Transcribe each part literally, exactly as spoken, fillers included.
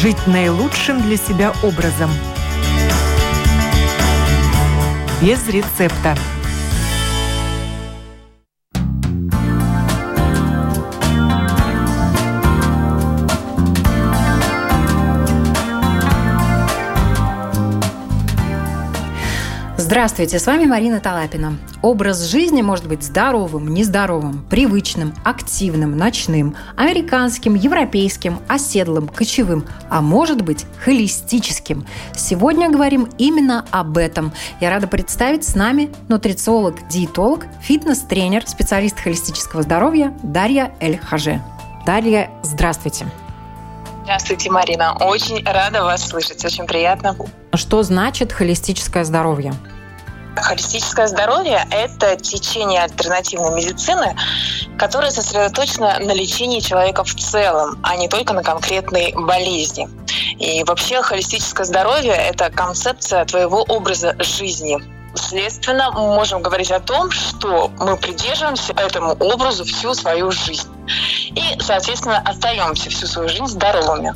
жить наилучшим для себя образом. Без рецепта. Здравствуйте, с вами Марина Талапина. Образ жизни может быть здоровым, нездоровым, привычным, активным, ночным, американским, европейским, оседлым, кочевым, а может быть холистическим. Сегодня говорим именно об этом. Я рада представить с нами нутрициолог, диетолог, фитнес-тренер, специалист холистического здоровья Дарья Эль-Хаже. Дарья, здравствуйте. Здравствуйте, Марина. Очень рада вас слышать. Очень приятно. Что значит холистическое здоровье? Холистическое здоровье – это течение альтернативной медицины, которое сосредоточено на лечении человека в целом, а не только на конкретной болезни. И вообще холистическое здоровье – это концепция твоего образа жизни. Следственно, мы можем говорить о том, что мы придерживаемся этому образу всю свою жизнь. И, соответственно, остаемся всю свою жизнь здоровыми.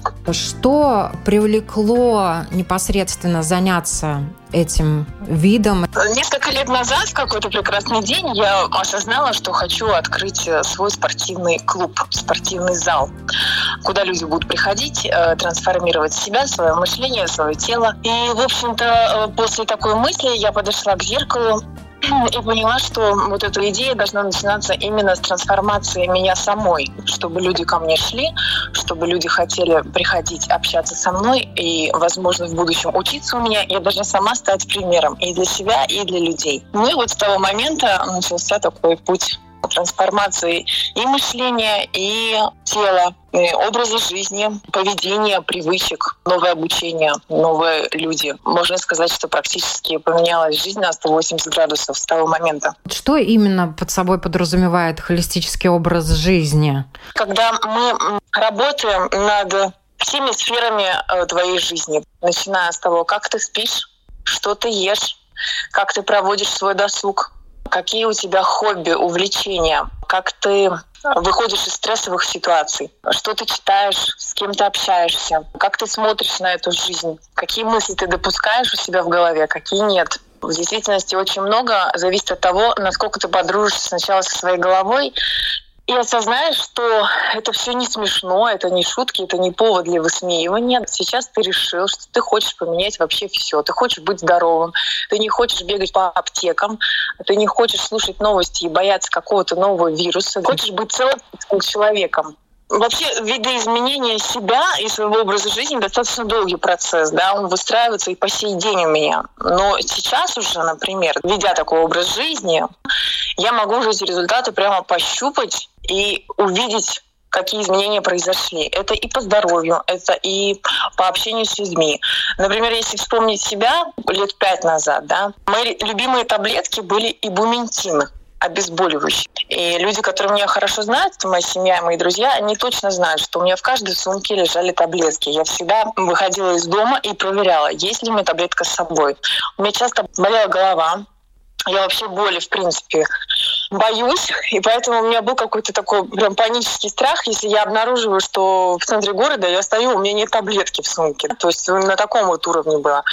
Что привлекло непосредственно заняться этим видом? Несколько лет назад, в какой-то прекрасный день, я осознала, что хочу открыть свой спортивный клуб, спортивный зал, куда люди будут приходить, трансформировать себя, свое мышление, свое тело. И, в общем-то, после такой мысли я подошла к зеркалу и поняла, что вот эта идея должна начинаться именно с трансформации меня самой, чтобы люди ко мне шли, чтобы люди хотели приходить, общаться со мной и, возможно, в будущем учиться у меня. Я должна сама стать примером и для себя, и для людей. Ну и вот с того момента начался такой путь трансформации и мышления, и тела, и образа жизни, поведения, привычек, новое обучение, новые люди. Можно сказать, что практически поменялась жизнь на сто восемьдесят градусов с того момента. Что именно под собой подразумевает холистический образ жизни? Когда мы работаем над всеми сферами твоей жизни, начиная с того, как ты спишь, что ты ешь, как ты проводишь свой досуг, какие у тебя хобби, увлечения, как ты выходишь из стрессовых ситуаций, что ты читаешь, с кем ты общаешься, как ты смотришь на эту жизнь, какие мысли ты допускаешь у себя в голове, какие нет. В действительности очень много зависит от того, насколько ты подружишься сначала со своей головой и осознаешь, что это все не смешно, это не шутки, это не повод для высмеивания. Сейчас ты решил, что ты хочешь поменять вообще все. Ты хочешь быть здоровым, ты не хочешь бегать по аптекам, ты не хочешь слушать новости и бояться какого-то нового вируса. Ты хочешь быть целым человеком. Вообще, видоизменение себя и своего образа жизни достаточно долгий процесс, да, он выстраивается и по сей день у меня. Но сейчас уже, например, ведя такой образ жизни, я могу уже эти результаты прямо пощупать и увидеть, какие изменения произошли. Это и по здоровью, это и по общению с людьми. Например, если вспомнить себя лет пять назад, да, мои любимые таблетки были ибументин, обезболивающие. И люди, которые меня хорошо знают, моя семья и мои друзья, они точно знают, что у меня в каждой сумке лежали таблетки. Я всегда выходила из дома и проверяла, есть ли у меня таблетка с собой. У меня часто болела голова. Я вообще боли, в принципе, боюсь, и поэтому у меня был какой-то такой прям панический страх, если я обнаруживаю, что в центре города я стою, у меня нет таблетки в сумке. То есть на таком вот уровне было.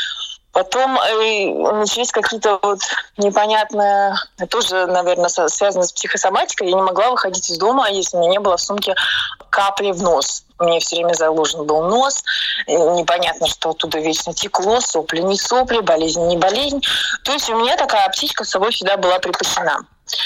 Потом э, начались какие-то вот непонятные, тоже, наверное, связанные с психосоматикой. Я не могла выходить из дома, если у меня не было в сумке капли в нос. Мне все время заложен был нос, непонятно, что оттуда вечно текло, сопли не сопли, болезнь не болезнь. То есть у меня такая аптечка с собой всегда была припасена.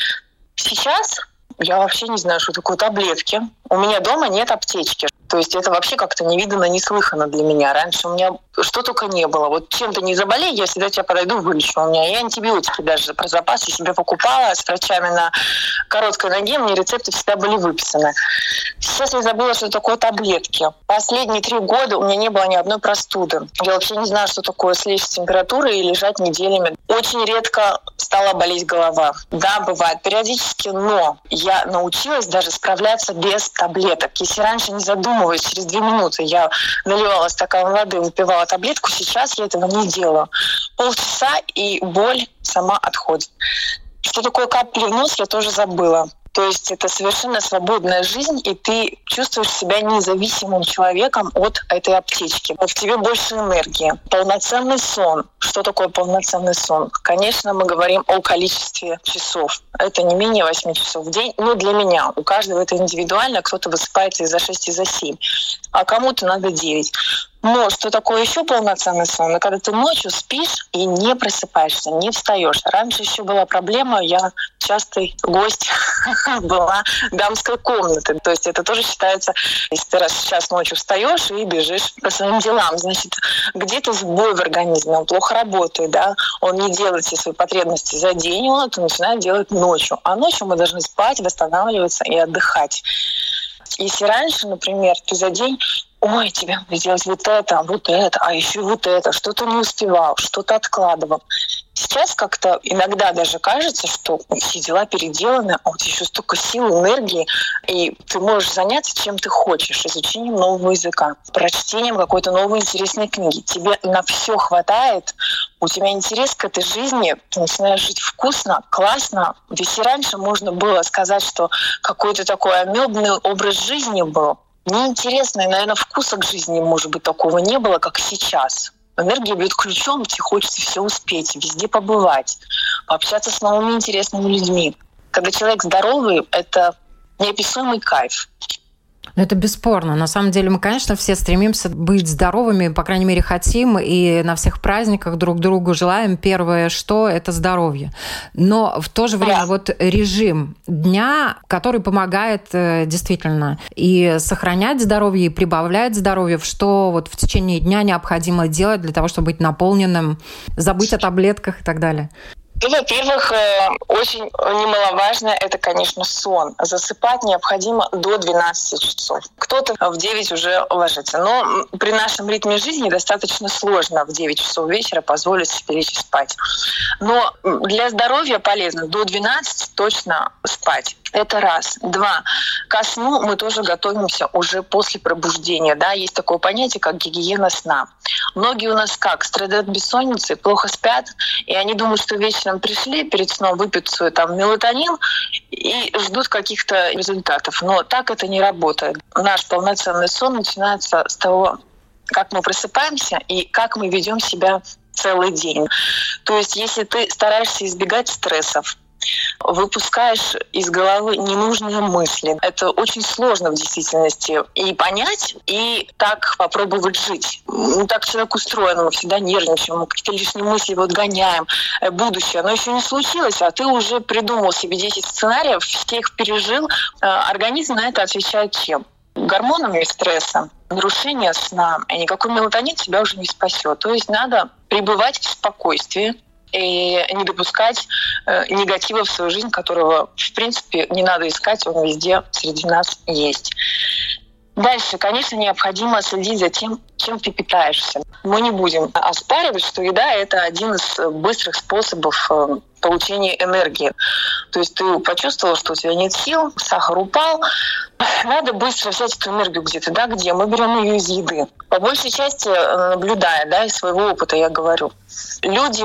Сейчас я вообще не знаю, что такое таблетки. У меня дома нет аптечки. То есть это вообще как-то невиданно, неслыханно для меня. Раньше у меня что только не было. Вот чем ты не заболей, я всегда тебя подойду, вылечу. У меня и антибиотики даже про запас я себе покупала с врачами на короткой ноге. Мне рецепты всегда были выписаны. Сейчас я забыла, что такое таблетки. Последние три года у меня не было ни одной простуды. Я вообще не знаю, что такое слезть с температуры и лежать неделями. Очень редко стала болеть голова. Да, бывает периодически, но я научилась даже справляться без таблеток. Если раньше не задумывалась, через две минуты я наливала стакан воды, выпивала таблетку, сейчас я этого не делаю. Полчаса, и боль сама отходит. Что такое капли в нос, я тоже забыла. То есть это совершенно свободная жизнь, и ты чувствуешь себя независимым человеком от этой аптечки. В тебе больше энергии. Полноценный сон. Что такое полноценный сон? Конечно, мы говорим о количестве часов. Это не менее восемь часов в день. Но для меня. У каждого это индивидуально. Кто-то высыпается и за шесть, и за семь. А кому-то надо девять. Но что такое еще полноценный сон? Когда ты ночью спишь и не просыпаешься, не встаешь. Раньше еще была проблема, я частый гость была дамской комнаты. То есть это тоже считается, если ты раз сейчас ночью встаешь и бежишь по своим делам, значит, где-то сбой в организме, он плохо работает, да, он не делает все свои потребности за день, он это начинает делать ночью. А ночью мы должны спать, восстанавливаться и отдыхать. Если раньше, например, ты за день, ой, тебе надо сделать вот это, вот это, а еще вот это, что-то не успевал, что-то откладывал. Сейчас как-то иногда даже кажется, что все дела переделаны, а у тебя еще столько сил, энергии, и ты можешь заняться чем ты хочешь, изучением нового языка, прочтением какой-то новой интересной книги. Тебе на все хватает, у тебя интерес к этой жизни, ты начинаешь жить вкусно, классно. Ведь и раньше можно было сказать, что какой-то такой амебный образ жизни был. Неинтересно, и, наверное, вкуса к жизни, может быть, такого не было, как сейчас. Энергия бьет ключом, тебе хочется все успеть, везде побывать, пообщаться с новыми интересными людьми. Когда человек здоровый, это неописуемый кайф. Это бесспорно. На самом деле мы, конечно, все стремимся быть здоровыми, по крайней мере, хотим, и на всех праздниках друг другу желаем. Первое, что это здоровье. Но в то же время да. вот режим дня, который помогает действительно и сохранять здоровье, и прибавлять здоровье, что вот в течение дня необходимо делать для того, чтобы быть наполненным, забыть о таблетках и так далее. Ну, во-первых, очень немаловажно это, конечно, сон. Засыпать необходимо до двенадцати часов. Кто-то в девять уже ложится. Но при нашем ритме жизни достаточно сложно в девять часов вечера позволить себе лечь спать. Но для здоровья полезно до двенадцати точно спать. Это раз. Два. Ко сну мы тоже готовимся уже после пробуждения. Да? Есть такое понятие, как гигиена сна. Многие у нас как? Страдают бессонницей, плохо спят, и они думают, что вечером пришли, перед сном выпьют свой там мелатонин и ждут каких-то результатов. Но так это не работает. Наш полноценный сон начинается с того, как мы просыпаемся и как мы ведем себя целый день. То есть если ты стараешься избегать стрессов, выпускаешь из головы ненужные мысли. Это очень сложно в действительности и понять, и так попробовать жить. Ну, так человек устроен, мы всегда нервничаем, мы какие-то лишние мысли вот гоняем. Будущее, оно еще не случилось, а ты уже придумал себе десять сценариев, все их пережил. Организм на это отвечает чем? Гормонами стресса, нарушение сна, и никакой мелатонин тебя уже не спасет. То есть надо пребывать в спокойствии, и не допускать э, негатива в свою жизнь, которого, в принципе, не надо искать, он везде среди нас есть. Дальше, конечно, необходимо следить за тем, чем ты питаешься. Мы не будем оспаривать, что еда – это один из быстрых способов э, получения энергии. То есть ты почувствовал, что у тебя нет сил, сахар упал, надо быстро взять эту энергию где-то, да, где? Мы берем ее из еды. По большей части, наблюдая, да, из своего опыта я говорю, люди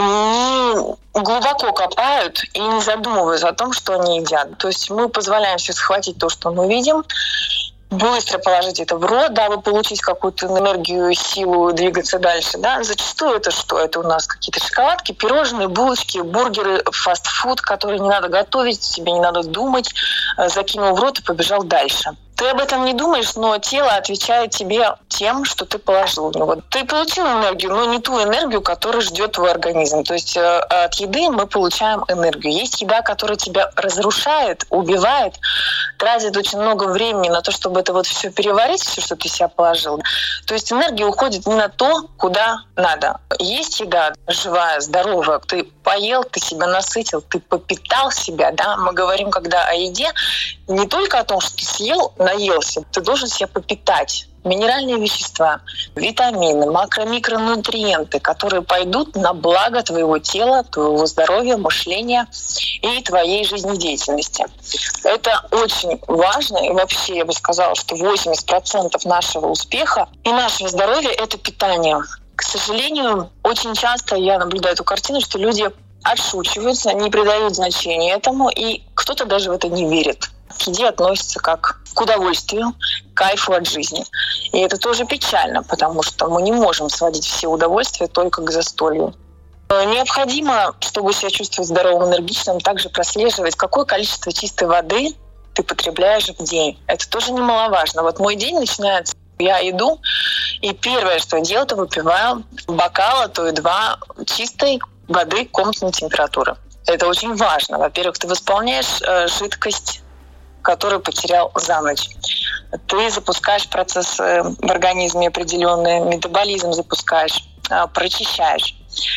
не глубоко копают и не задумываются о том, что они едят. То есть мы позволяем себе схватить то, что мы видим, быстро положить это в рот, дабы получить какую-то энергию, силу, двигаться дальше. Да? Зачастую это что? Это у нас какие-то шоколадки, пирожные, булочки, бургеры, фастфуд, которые не надо готовить, тебе не надо думать, закинул в рот и побежал дальше. Ты об этом не думаешь, но тело отвечает тебе тем, что ты положил в него. Ты получил энергию, но не ту энергию, которую ждет твой организм. То есть э, от еды мы получаем энергию. Есть еда, которая тебя разрушает, убивает, тратит очень много времени на то, чтобы это вот все переварить, все, что ты себя положил. То есть энергия уходит не на то, куда надо. Есть еда живая, здоровая. Ты поел, ты себя насытил, ты попитал себя. Да? Мы говорим, когда о еде, не только о том, что ты съел, наелся, ты должен себя попитать. Минеральные вещества, витамины, макро-микронутриенты, которые пойдут на благо твоего тела, твоего здоровья, мышления и твоей жизнедеятельности. Это очень важно. И вообще я бы сказала, что восемьдесят процентов нашего успеха и нашего здоровья — это питание. К сожалению, очень часто я наблюдаю эту картину, что люди отшучиваются, не придают значения этому, и кто-то даже в это не верит. К еде относится как к удовольствию, к кайфу от жизни. И это тоже печально, потому что мы не можем сводить все удовольствия только к застолью. Необходимо, чтобы себя чувствовать здоровым, энергичным, также прослеживать, какое количество чистой воды ты потребляешь в день. Это тоже немаловажно. Вот мой день начинается, я иду, и первое, что я делаю, это выпиваю бокал, а то и два чистой воды комнатной температуры. Это очень важно. Во-первых, ты восполняешь э, жидкость, которую потерял за ночь. Ты запускаешь процесс э, в организме определенный, метаболизм запускаешь, э, прочищаешь.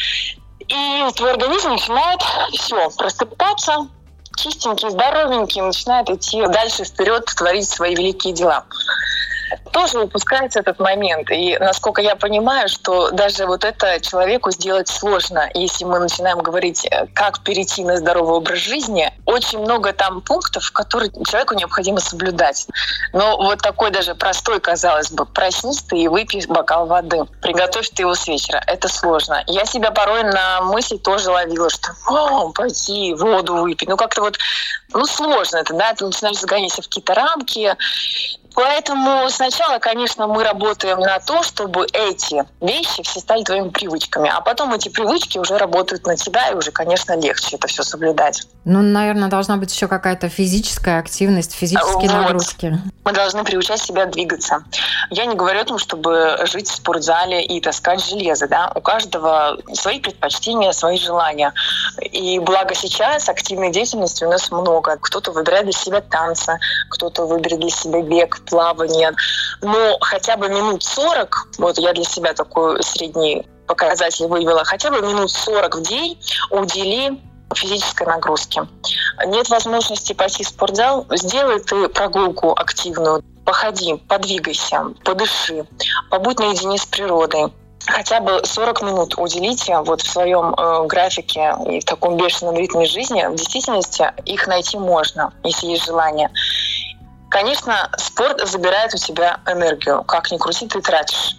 И твой организм начинает все просыпаться, чистенький, здоровенький, начинает идти дальше вперед, творить свои великие дела. Тоже упускается этот момент. И насколько я понимаю, что даже вот это человеку сделать сложно. Если мы начинаем говорить, как перейти на здоровый образ жизни, очень много там пунктов, которые человеку необходимо соблюдать. Но вот такой даже простой, казалось бы, проснись ты и выпей бокал воды. Приготовь ты его с вечера. Это сложно. Я себя порой на мысли тоже ловила, что «О, пойти воду выпить». Ну как-то вот, ну сложно это, да, ты начинаешь загоняться в какие-то рамки. Поэтому сначала, конечно, мы работаем на то, чтобы эти вещи все стали твоими привычками, а потом эти привычки уже работают на тебя, и уже, конечно, легче это все соблюдать. Ну, наверное, должна быть еще какая-то физическая активность, физические вот. нагрузки. Мы должны приучать себя двигаться. Я не говорю о том, чтобы жить в спортзале и таскать железо, да. У каждого свои предпочтения, свои желания. И благо сейчас активной деятельности у нас много. Кто-то выбирает для себя танцы, кто-то выберет для себя бег, плавание. Но хотя бы минут сорок, вот я для себя такой средний показатель вывела, хотя бы минут сорок в день удели физической нагрузки. Нет возможности пойти в спортзал, сделай ты прогулку активную, походи, подвигайся, подыши, побудь наедине с природой. Хотя бы сорок минут уделите вот в своем э, графике и в таком бешеном ритме жизни. В действительности их найти можно, если есть желание. Конечно, спорт забирает у тебя энергию. Как ни крути, ты тратишь.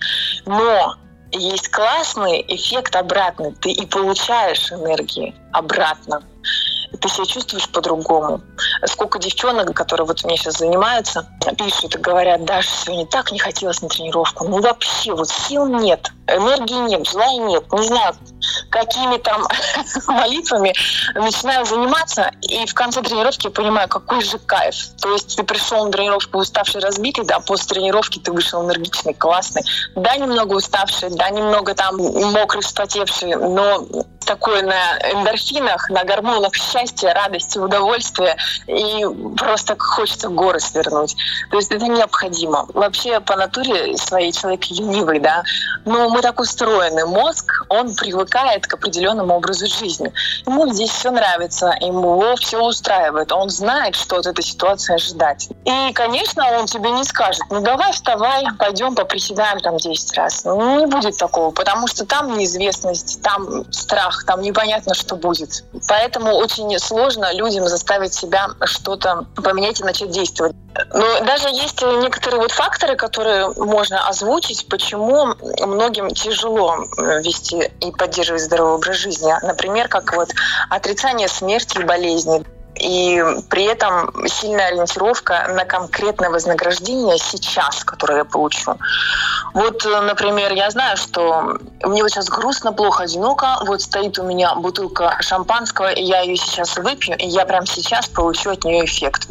Но есть классный эффект обратный. Ты и получаешь энергии обратно. Ты себя чувствуешь по-другому. Сколько девчонок, которые вот у меня сейчас занимаются, пишут и говорят: Даша, сегодня так не хотелось на тренировку. Ну вообще, вот сил нет, энергии нет, желания нет. Не знаю, какими там молитвами начинаю заниматься, и в конце тренировки я понимаю, какой же кайф. То есть ты пришел на тренировку уставший, разбитый, да, после тренировки ты вышел энергичный, классный. Да, немного уставший, да, немного там мокрый, вспотевший, но такой на эндорфинах, на гормонах счастья, радости, удовольствия, и просто хочется горы свернуть. То есть это необходимо. Вообще по натуре своей человек ленивый, да, но мы так устроены. Мозг, он привыкает к определенному образу жизни. Ему здесь все нравится, ему все устраивает. Он знает, что от этой ситуации ожидать. И, конечно, он тебе не скажет: ну давай, вставай, пойдем поприседаем там десять раз. Ну, не будет такого, потому что там неизвестность, там страх, там непонятно, что будет. Поэтому очень сложно людям заставить себя что-то поменять и начать действовать. Но даже есть некоторые вот факторы, которые можно озвучить, почему многим тяжело вести и поддерживать здоровый образ жизни. Например, как вот отрицание смерти и болезни. И при этом сильная ориентировка на конкретное вознаграждение сейчас, которое я получу. Вот, например, я знаю, что мне вот сейчас грустно, плохо, одиноко. Вот стоит у меня бутылка шампанского, и я ее сейчас выпью, и я прямо сейчас получу от нее эффект.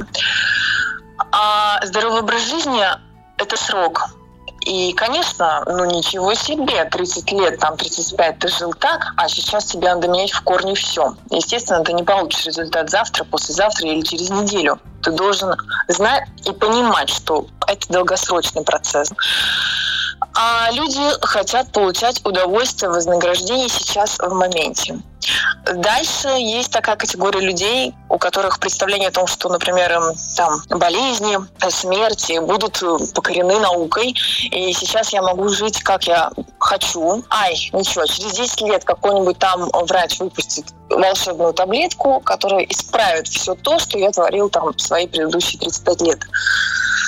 А здоровый образ жизни – это срок. И, конечно, ну ничего себе, тридцать лет, там тридцать пять ты жил так, а сейчас тебе надо менять в корне все. Естественно, ты не получишь результат завтра, послезавтра или через неделю. Ты должен знать и понимать, что это долгосрочный процесс. А люди хотят получать удовольствие, вознаграждение сейчас в моменте. Дальше есть такая категория людей, у которых представление о том, что, например, там, болезни, смерти будут покорены наукой, и сейчас я могу жить, как я хочу. Ай, ничего, через десять лет какой-нибудь там врач выпустит волшебную таблетку, которая исправит все то, что я творил там свои предыдущие тридцать пять лет.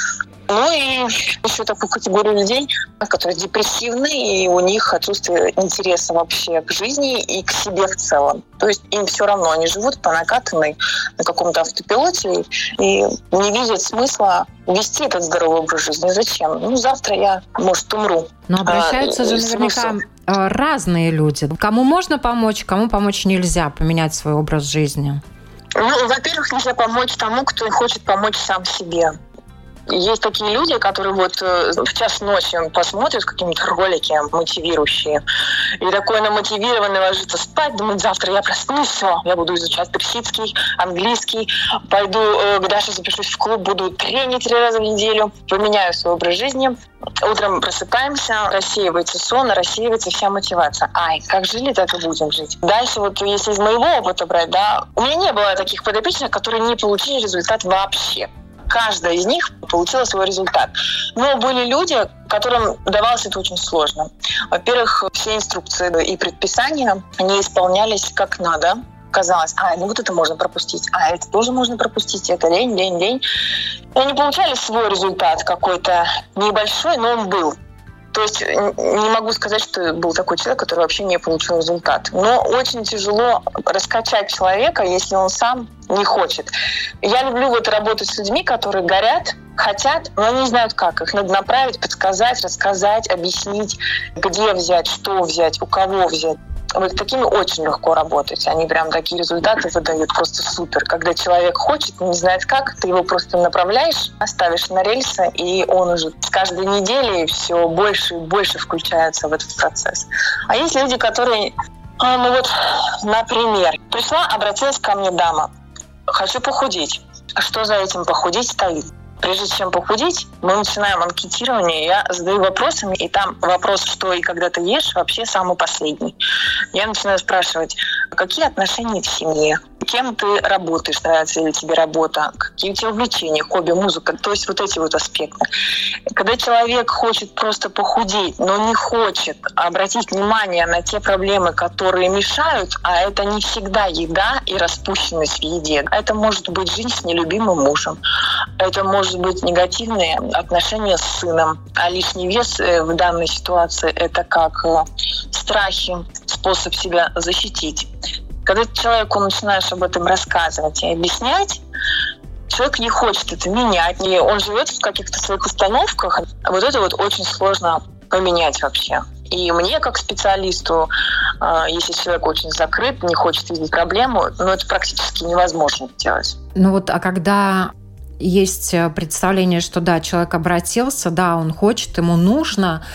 Ну и еще такую категорию людей, которые депрессивны, и у них отсутствие интереса вообще к жизни и к себе в целом. То есть им все равно, они живут по накатанной на каком-то автопилоте и не видят смысла вести этот здоровый образ жизни. Зачем? Ну, завтра я, может, умру. Но обращаются а, же наверняка смысл. разные люди. Кому можно помочь, кому помочь нельзя, поменять свой образ жизни. Ну, во-первых, нельзя помочь тому, кто хочет помочь сам себе. Есть такие люди, которые вот в час ночи посмотрят какие-нибудь ролики мотивирующие, и такой намотивированный ложится спать, думает, завтра я проснусь, все, я буду изучать персидский, английский, пойду к Даше, запишусь в клуб, буду тренить три раза в неделю, поменяю свой образ жизни. Утром просыпаемся, рассеивается сон, рассеивается вся мотивация. Ай, как жили, так и будем жить. Дальше вот если из моего опыта брать, да, у меня не было таких подопечных, которые не получили результат вообще. Каждая из них получила свой результат. Но были люди, которым давалось это очень сложно. Во-первых, все инструкции и предписания не исполнялись как надо. Казалось, а, ну вот это можно пропустить, а это тоже можно пропустить, это лень, лень, лень. И они получали свой результат какой-то небольшой, но он был. То есть не могу сказать, что был такой человек, который вообще не получил результат. Но очень тяжело раскачать человека, если он сам не хочет. Я люблю вот работать с людьми, которые горят, хотят, но не знают как. Их надо направить, подсказать, рассказать, объяснить, где взять, что взять, у кого взять. Вот с такими очень легко работать. Они прям такие результаты выдают просто супер. Когда человек хочет, не знает как, ты его просто направляешь, ставишь на рельсы, и он уже с каждой неделей все больше и больше включается в этот процесс. А есть люди, которые, ну вот, например, пришла, обратилась ко мне дама. Хочу похудеть. А что за этим похудеть стоит? Прежде чем похудеть, мы начинаем анкетирование, я задаю вопросы, и там вопрос, что и когда ты ешь, вообще самый последний. Я начинаю спрашивать, какие отношения в семье, кем ты работаешь, нравится ли тебе работа, какие у тебя увлечения, хобби, музыка, то есть вот эти вот аспекты. Когда человек хочет просто похудеть, но не хочет обратить внимание на те проблемы, которые мешают, а это не всегда еда и распущенность в еде. Это может быть жизнь с нелюбимым мужем, это может быть негативные отношения с сыном, а лишний вес в данной ситуации — это как страхи, способ себя защитить. Когда человеку начинаешь об этом рассказывать и объяснять, человек не хочет это менять, и он живет в каких-то своих установках. Вот это вот очень сложно поменять вообще. И мне, как специалисту, если человек очень закрыт, не хочет видеть проблему, ну, это практически невозможно сделать. Ну вот, а когда есть представление, что да, человек обратился, да, он хочет, ему нужно,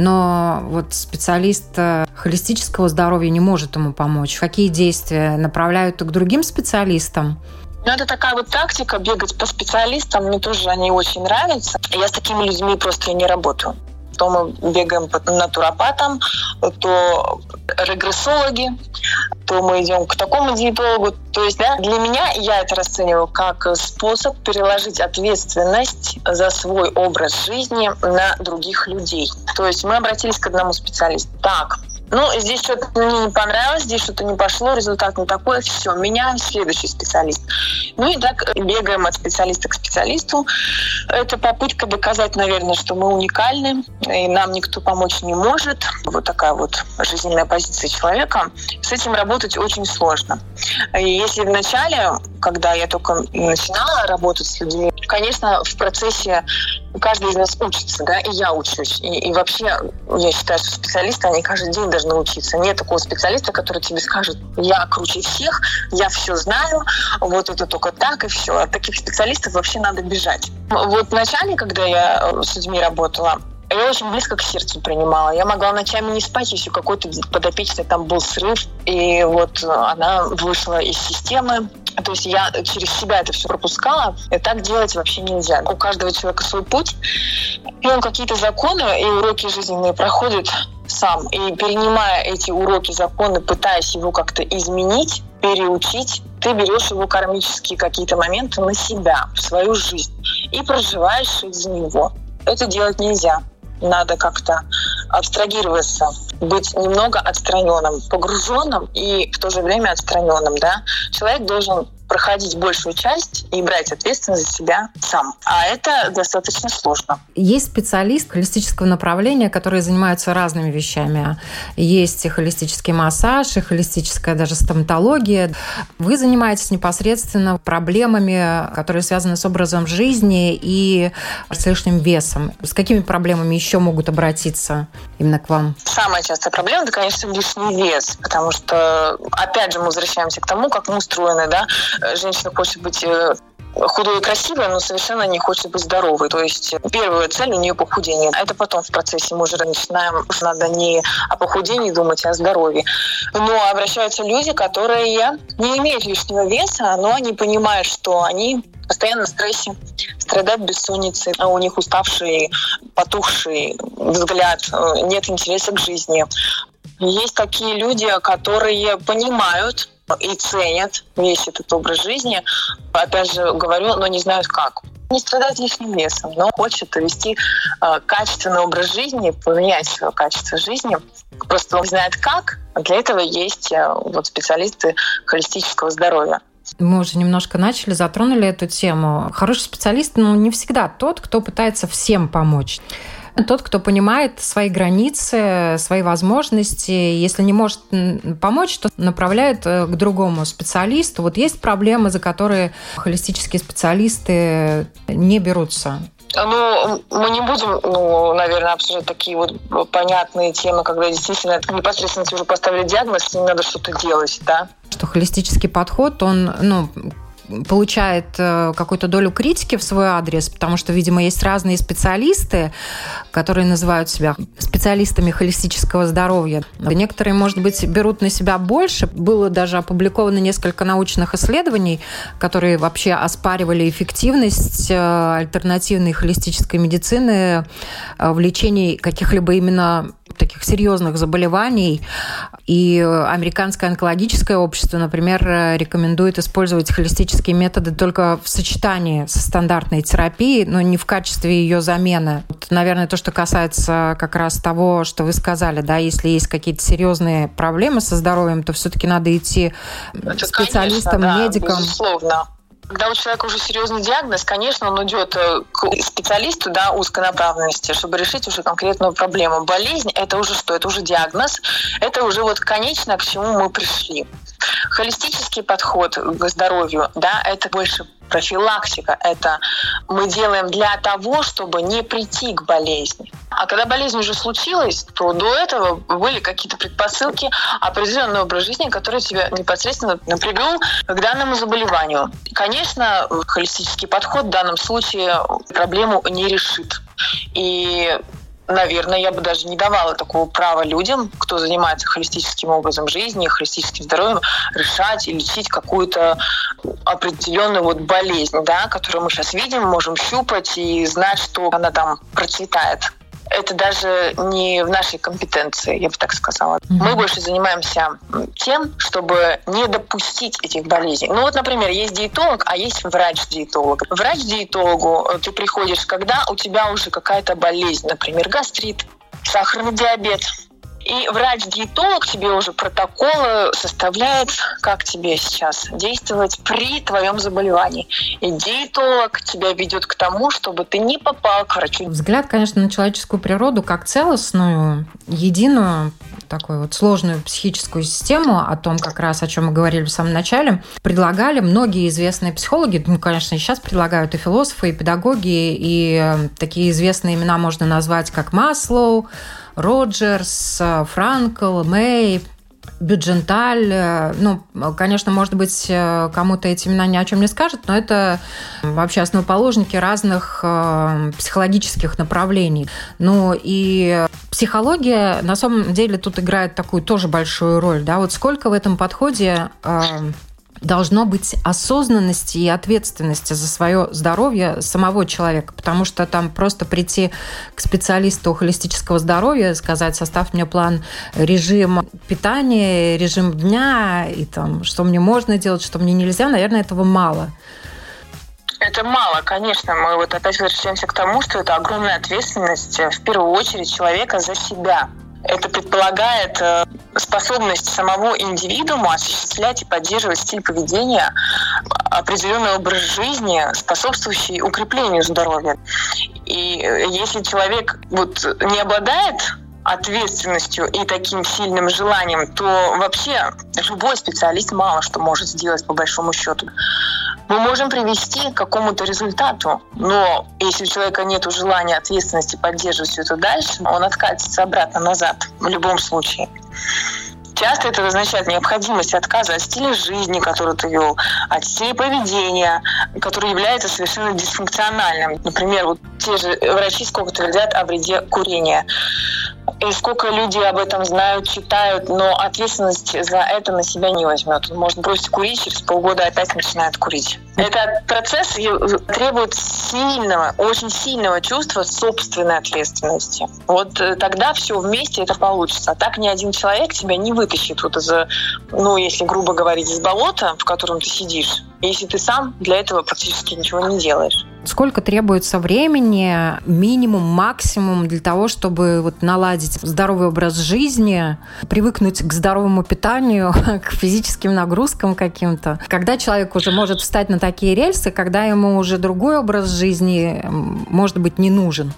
но вот специалист холистического здоровья не может ему помочь. Какие действия направляют к другим специалистам? Ну, это такая вот тактика, бегать по специалистам, мне тоже они очень нравятся. Я с такими людьми просто не работаю. То мы бегаем по натуропатам, то регрессологи, то мы идем к такому диетологу. То есть, да, для меня я это расцениваю как способ переложить ответственность за свой образ жизни на других людей. То есть мы обратились к одному специалисту. Так, ну, здесь что-то мне не понравилось, здесь что-то не пошло, результат не такой, все, меняем, следующий специалист. Ну и так бегаем от специалиста к специалисту. Это попытка доказать, наверное, что мы уникальны, и нам никто помочь не может. Вот такая вот жизненная позиция человека. С этим работать очень сложно. И если в начале, когда я только начинала работать с людьми, конечно, в процессе каждый из нас учится, да, и я учусь. И, и вообще, я считаю, что специалисты, они каждый день должны учиться. Нет такого специалиста, который тебе скажет, я круче всех, я все знаю, вот это только так, и все. От таких специалистов вообще надо бежать. Вот в начале, когда я с людьми работала, я очень близко к сердцу принимала. Я могла ночами не спать, если какой-то подопечный там был срыв, и вот она вышла из системы. То есть я через себя это все пропускала, и так делать вообще нельзя. У каждого человека свой путь, и он какие-то законы и уроки жизненные проходит сам. И перенимая эти уроки, законы, пытаясь его как-то изменить, переучить, ты берешь его кармические какие-то моменты на себя, в свою жизнь, и проживаешь из него. Это делать нельзя. Надо как-то абстрагироваться, быть немного отстраненным, погруженным и в то же время отстраненным. Да? Человек должен проходить большую часть и брать ответственность за себя сам. А это достаточно сложно. Есть специалист холистического направления, которые занимаются разными вещами. Есть и холистический массаж, и холистическая даже стоматология. Вы занимаетесь непосредственно проблемами, которые связаны с образом жизни и с лишним весом. С какими проблемами еще могут обратиться именно к вам? Самая частая проблема – это, конечно, лишний вес, потому что, опять же, мы возвращаемся к тому, как мы устроены, да. Женщина хочет быть худой и красивой, но совершенно не хочет быть здоровой. То есть первая цель у нее похудение. А это потом в процессе мы уже начинаем, надо не о похудении думать, а о здоровье. Но обращаются люди, которые не имеют лишнего веса, но они понимают, что они постоянно в стрессе, страдают бессонницей, а у них уставший, потухший взгляд, нет интереса к жизни. Есть такие люди, которые понимают и ценят весь этот образ жизни, опять же говорю, но не знают как. Не страдать лишним весом, но хочет вести э, качественный образ жизни, поменять свое качество жизни. Просто он не знает как. Для этого есть э, вот, специалисты холистического здоровья. Мы уже немножко начали, затронули эту тему. Хороший специалист, ну, не всегда тот, кто пытается всем помочь. Тот, кто понимает свои границы, свои возможности. Если не может помочь, то направляет к другому специалисту. Вот есть проблемы, за которые холистические специалисты не берутся. Ну, мы не будем, ну, наверное, обсуждать такие вот понятные темы, когда действительно непосредственно тебе уже поставили диагноз, с ним надо что-то делать, да? Что холистический подход, он, ну, получает какую-то долю критики в свой адрес, потому что, видимо, есть разные специалисты, которые называют себя специалистами холистического здоровья. Некоторые, может быть, берут на себя больше. Было даже опубликовано несколько научных исследований, которые вообще оспаривали эффективность альтернативной холистической медицины в лечении каких-либо именно таких серьезных заболеваний. И Американское онкологическое общество, например, рекомендует использовать холистические методы только в сочетании со стандартной терапией, но не в качестве ее замены. Вот, наверное, то, что касается как раз того, что вы сказали, да, если есть какие-то серьезные проблемы со здоровьем, то все-таки надо идти к специалистам, конечно, да, медикам. Безусловно. Когда у человека уже серьезный диагноз, конечно, он идет к специалисту, да, узкой направленности, чтобы решить уже конкретную проблему. Болезнь – это уже что? Это уже диагноз, это уже вот конечно, к чему мы пришли. Холистический подход к здоровью, да, это больше профилактика. Это мы делаем для того, чтобы не прийти к болезни. А когда болезнь уже случилась, то до этого были какие-то предпосылки, определенный образ жизни, который тебя непосредственно напрягал к данному заболеванию. Конечно, холистический подход в данном случае проблему не решит. И наверное, я бы даже не давала такого права людям, кто занимается холистическим образом жизни, холистическим здоровьем, решать и лечить какую-то определенную вот болезнь, да, которую мы сейчас видим, можем щупать и знать, что она там процветает. Это даже не в нашей компетенции, я бы так сказала. Mm-hmm. Мы больше занимаемся тем, чтобы не допустить этих болезней. Ну вот, например, есть диетолог, а есть врач-диетолог. Врач-диетологу ты приходишь, когда у тебя уже какая-то болезнь, например, гастрит, сахарный диабет. И врач-диетолог тебе уже протоколы составляет, как тебе сейчас действовать при твоем заболевании. И диетолог тебя ведет к тому, чтобы ты не попал к врачу. Взгляд, конечно, на человеческую природу как целостную, единую, такую вот сложную психическую систему, о том, как раз о чем мы говорили в самом начале, предлагали многие известные психологи, ну, конечно, и сейчас предлагают и философы, и педагоги, и такие известные имена можно назвать, как Маслоу, Роджерс, Франкл, Мэй, Бюдженталь. Ну, конечно, может быть, кому-то эти имена ни о чем не скажут, но это вообще основоположники разных психологических направлений. Ну и психология на самом деле тут играет такую тоже большую роль. Да? Вот сколько в этом подходе должно быть осознанности и ответственности за свое здоровье самого человека, потому что там просто прийти к специалисту холистического здоровья, сказать: составь мне план, режим питания, режим дня, и там, что мне можно делать, что мне нельзя, наверное, этого мало. Это мало, конечно. Мы вот опять возвращаемся к тому, что это огромная ответственность в первую очередь человека за себя. Это предполагает способность самого индивидуума осуществлять и поддерживать стиль поведения, определенный образ жизни, способствующий укреплению здоровья. И если человек вот не обладает ответственностью и таким сильным желанием, то вообще любой специалист мало что может сделать по большому счету. Мы можем привести к какому-то результату, но если у человека нет желания, ответственности поддерживать все это дальше, он откатится обратно назад в любом случае. Часто это означает необходимость отказа от стиля жизни, который ты вел, от стиля поведения, который является совершенно дисфункциональным. Например, вот те же врачи сколько твердят о вреде курения. И сколько людей об этом знают, читают, но ответственность за это на себя не возьмет. Он может бросить курить, через полгода опять начинает курить. Этот процесс требует сильного, очень сильного чувства собственной ответственности. Вот тогда все вместе это получится. А так ни один человек тебя не вытащит вот из, ну, если грубо говорить, из болота, в котором ты сидишь, если ты сам для этого практически ничего не делаешь. Сколько требуется времени, минимум, максимум для того, чтобы вот наладить здоровый образ жизни, привыкнуть к здоровому питанию, к физическим нагрузкам каким-то? Когда человек уже может встать на такие рельсы, когда ему уже другой образ жизни, может быть, не нужен?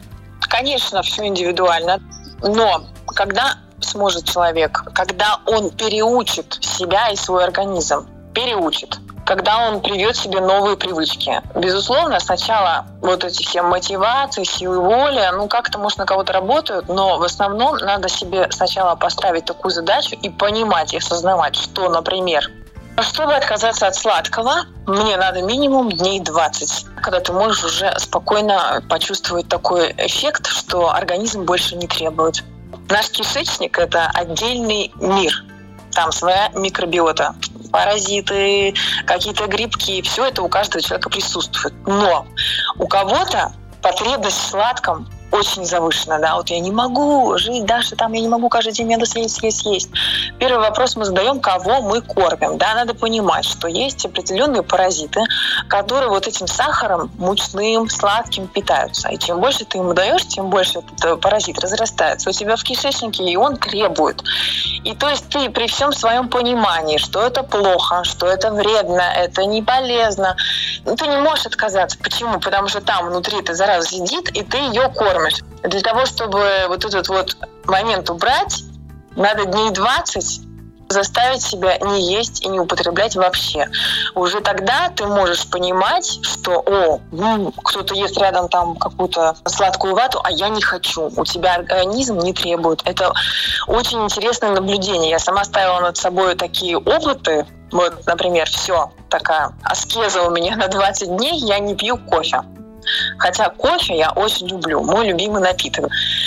Конечно, все индивидуально. Но когда сможет человек, когда он переучит себя и свой организм, переучит, когда он привьет себе новые привычки. Безусловно, сначала вот эти все мотивации, силы воли, ну как-то, может, на кого-то работают, но в основном надо себе сначала поставить такую задачу и понимать, и осознавать, что, например, чтобы отказаться от сладкого, мне надо минимум дней двадцать, когда ты можешь уже спокойно почувствовать такой эффект, что организм больше не требует. Наш кишечник – это отдельный мир. Там своя микробиота, паразиты, какие-то грибки, все это у каждого человека присутствует. Но у кого-то потребность в сладком очень завышена, да, вот я не могу жить дальше, там я не могу каждый день надо съесть, съесть, съесть. Первый вопрос мы задаем, кого мы кормим, да, надо понимать, что есть определенные паразиты, которые вот этим сахаром, мучным, сладким питаются, и чем больше ты ему даешь, тем больше этот паразит разрастается у тебя в кишечнике, и он требует. И то есть ты при всем своем понимании, что это плохо, что это вредно, это не полезно, ты не можешь отказаться. Почему? Потому что там внутри эта зараза сидит, и ты ее кормишь. Для того, чтобы вот этот вот момент убрать, надо дней двадцать заставить себя не есть и не употреблять вообще. Уже тогда ты можешь понимать, что о, ну, кто-то ест рядом там какую-то сладкую вату, а я не хочу. У тебя организм не требует. Это очень интересное наблюдение. Я сама ставила над собой такие опыты. Вот, например, все, такая аскеза у меня на двадцать дней, я не пью кофе. Хотя кофе я очень люблю, мой любимый напиток.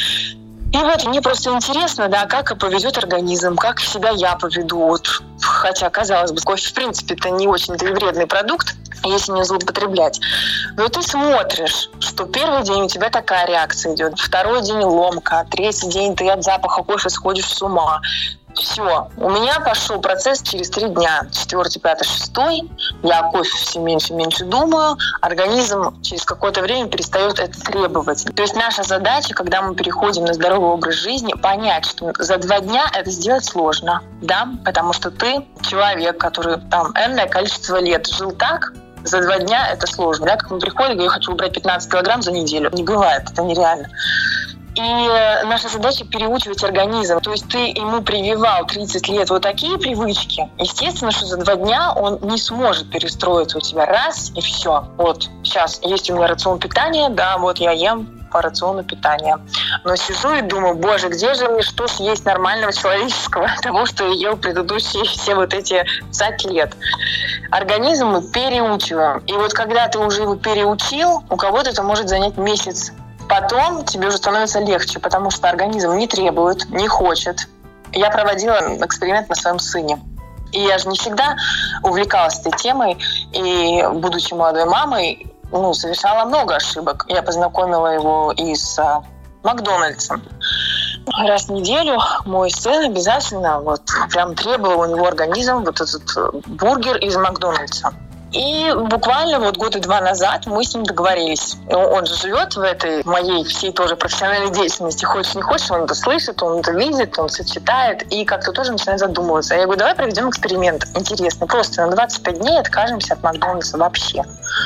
И вот мне просто интересно, да, как поведет организм, как себя я поведу. Вот, хотя, казалось бы, кофе, в принципе, это не очень-то и вредный продукт, если не злоупотреблять. Но ты смотришь, что первый день у тебя такая реакция идет, второй день ломка, третий день ты от запаха кофе сходишь с ума. Все, у меня пошел процесс через три дня, четвертый, пятый, шестой, я о кофе все меньше и меньше думаю, организм через какое-то время перестает это требовать. То есть наша задача, когда мы переходим на здоровый образ жизни, понять, что за два дня это сделать сложно, да, потому что ты человек, который там энное количество лет жил так, за два дня это сложно, да, как мы приходим, говорю, я хочу убрать пятнадцать килограмм за неделю, не бывает, это нереально. И наша задача переучивать организм. То есть ты ему прививал тридцать лет вот такие привычки. Естественно, что за два дня он не сможет перестроиться у тебя раз и все. Вот сейчас есть у меня рацион питания, да, вот я ем по рациону питания. Но сижу и думаю, боже, где же мне что съесть нормального человеческого, того, что я ел предыдущие все вот эти пятьдесят лет. Организм мы переучиваем. И вот когда ты уже его переучил, у кого-то это может занять месяц. Потом тебе уже становится легче, потому что организм не требует, не хочет. Я проводила эксперимент на своем сыне. И я же не всегда увлекалась этой темой. И, будучи молодой мамой, ну, совершала много ошибок. Я познакомила его и с Макдональдсом. Раз в неделю мой сын обязательно вот прям требовал, у него организм вот этот бургер из Макдональдса. И буквально вот года два назад мы с ним договорились. Он же живет в этой моей всей тоже профессиональной деятельности. Хочешь не хочешь, он это слышит, он это видит, он все читает и как-то тоже начинает задумываться. Я говорю, давай проведем эксперимент интересный. Просто на двадцать пять дней откажемся от Макдональдса вообще.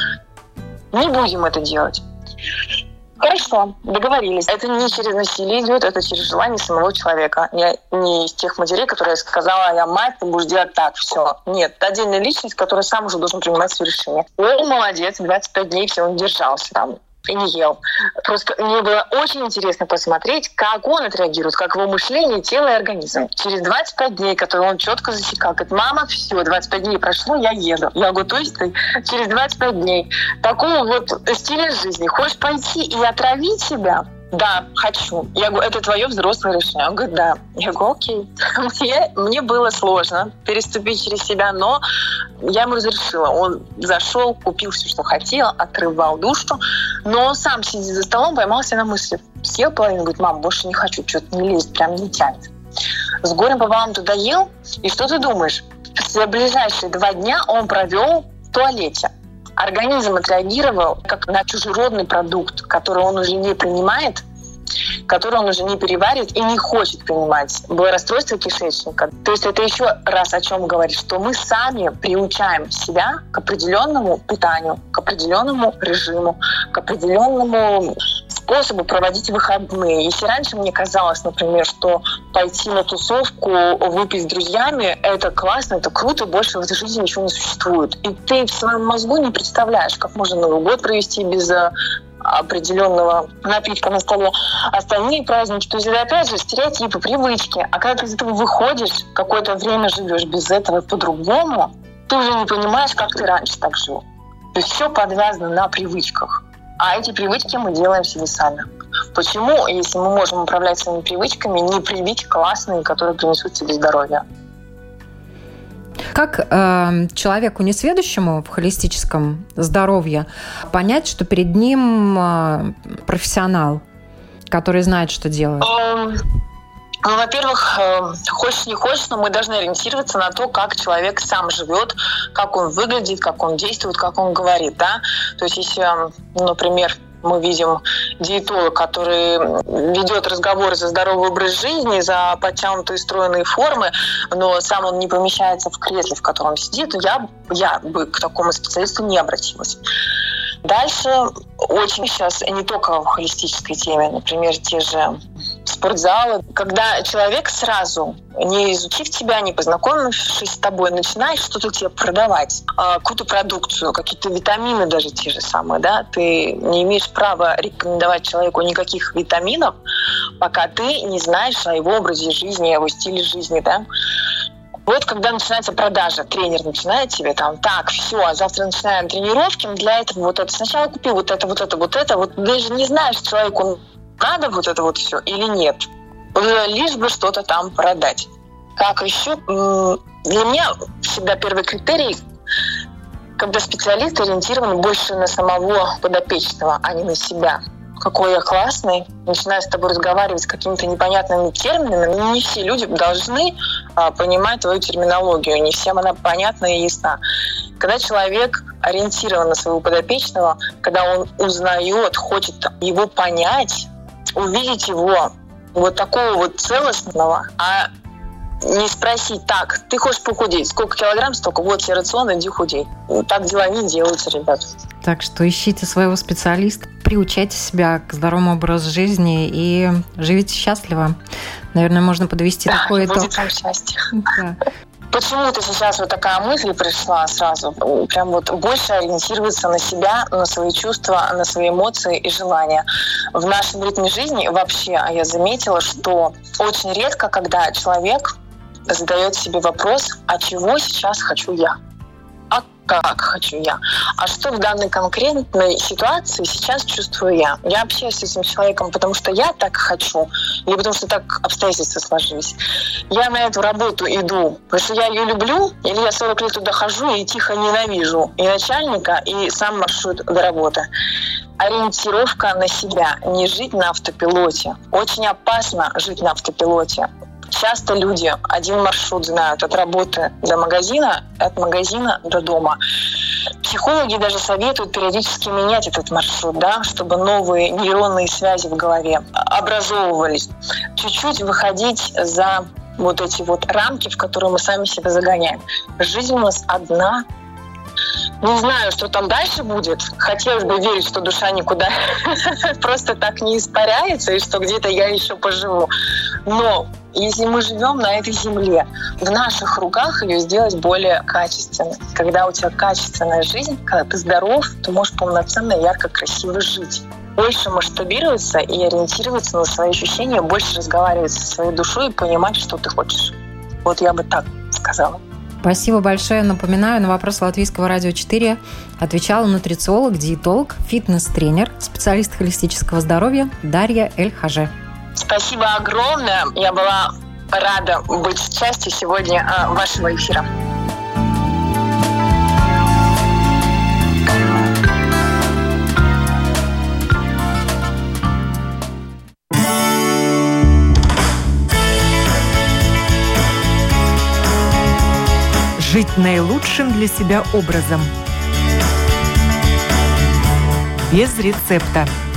Не будем это делать. Хорошо, договорились. Это не через насилие идет, это через желание самого человека. Я не из тех матерей, которые сказала, я мать, ты будешь делать так, все. Нет, это отдельная личность, которая сам уже должен принимать свои решения. Он молодец, двадцать пять дней все, он держался там и не ел. Просто мне было очень интересно посмотреть, как он отреагирует, как его мышление, тело и организм. Через двадцать пять дней, которые он четко засекал, говорит, мама, все, двадцать пять дней прошло, я еду. Я говорю, то есть ты через двадцать пять дней такого вот стиля жизни хочешь пойти и отравить себя? Да, хочу. Я говорю, это твое взрослое решение. Он говорит, да. Я говорю, окей. Мне, мне было сложно переступить через себя, но я ему разрешила. Он зашел, купил все, что хотел, отрывал душу, но он сам, сидя за столом, поймался на мысли. Съел половину, говорит, мам, больше не хочу, что-то не лезет, прям не тянет. С горем пополам туда ел, и что ты думаешь? За ближайшие два дня он провел в туалете. Организм отреагировал как на чужеродный продукт, который он уже не принимает, который он уже не переваривает и не хочет принимать. Было расстройство кишечника. То есть это еще раз о чем говорит, что мы сами приучаем себя к определенному питанию, к определенному режиму, к определенному способу проводить выходные. Если раньше мне казалось, например, что пойти на тусовку, выпить с друзьями, это классно, это круто, больше в этой жизни ничего не существует. И ты в своем мозгу не представляешь, как можно Новый год провести без определенного напитка на столе, остальные праздники. То есть это опять же стереотипы, привычки. А когда ты из этого выходишь, какое-то время живешь без этого по-другому, ты уже не понимаешь, как ты раньше так жил. То есть все подвязано на привычках. А эти привычки мы делаем себе сами. Почему, если мы можем управлять своими привычками, не привить классные, которые принесут тебе здоровье? Как э, человеку несведущему в холистическом здоровье понять, что перед ним э, профессионал, который знает, что делает? Ну, во-первых, хочешь не хочешь, но мы должны ориентироваться на то, как человек сам живет, как он выглядит, как он действует, как он говорит, да. То есть, если, например, мы видим диетолога, который ведет разговоры за здоровый образ жизни, за подтянутые стройные формы, но сам он не помещается в кресле, в котором сидит, я, я бы к такому специалисту не обратилась. Дальше очень сейчас, не только в холистической теме, например, те же спортзалы, когда человек сразу, не изучив тебя, не познакомившись с тобой, начинает что-то тебе продавать, какую-то продукцию, какие-то витамины даже те же самые, да, ты не имеешь права рекомендовать человеку никаких витаминов, пока ты не знаешь о его образе жизни, о его стиле жизни, да. Вот когда начинается продажа, тренер начинает тебе там, так, все, а завтра начинаем тренировки, для этого вот это. Сначала купи вот это, вот это, вот это. Вот даже не знаешь, человеку надо вот это вот все или нет. Лишь бы что-то там продать. Как еще? Для меня всегда первый критерий, когда специалист ориентирован больше на самого подопечного, а не на себя. Какой я классный, начинаю с тобой разговаривать с какими-то непонятными терминами. Не все люди должны а, понимать твою терминологию, не всем она понятна и ясна. Когда человек ориентирован на своего подопечного, когда он узнает, хочет его понять, увидеть его вот такого вот целостного, а не спросить, так, ты хочешь похудеть, сколько килограмм, столько, вот тебе рацион, иди худей. Так дела не делаются, ребят. Так что ищите своего специалиста, приучайте себя к здоровому образу жизни и живите счастливо. Наверное, можно подвести да, такой итог. Будет вам счастье. Да. Почему-то сейчас вот такая мысль пришла сразу, прям вот больше ориентироваться на себя, на свои чувства, на свои эмоции и желания. В нашем ритме жизни вообще я заметила, что очень редко, когда человек задает себе вопрос, а чего сейчас хочу я? А как хочу я? А что в данной конкретной ситуации сейчас чувствую я? Я общаюсь с этим человеком, потому что я так хочу, или потому что так обстоятельства сложились. Я на эту работу иду, потому что я ее люблю, или я сорок лет туда хожу и тихо ненавижу и начальника, и сам маршрут до работы. Ориентировка на себя, не жить на автопилоте. Очень опасно жить на автопилоте. Часто люди один маршрут знают от работы до магазина, от магазина до дома. Психологи даже советуют периодически менять этот маршрут, да, чтобы новые нейронные связи в голове образовывались. Чуть-чуть выходить за вот эти вот рамки, в которые мы сами себя загоняем. Жизнь у нас одна. Не знаю, что там дальше будет. Хотелось бы верить, что душа никуда просто так не испаряется, и что где-то я еще поживу. Но если мы живем на этой земле, в наших руках ее сделать более качественной. Когда у тебя качественная жизнь, когда ты здоров, ты можешь полноценно, ярко, красиво жить. Больше масштабироваться и ориентироваться на свои ощущения, больше разговаривать со своей душой и понимать, что ты хочешь. Вот я бы так сказала. Спасибо большое. Напоминаю, на вопрос Латвийского радио четыре отвечала нутрициолог, диетолог, фитнес-тренер, специалист холистического здоровья Дарья Эль-Хаже. Спасибо огромное. Я была рада быть частью сегодня вашего эфира. Жить наилучшим для себя образом. Без рецепта.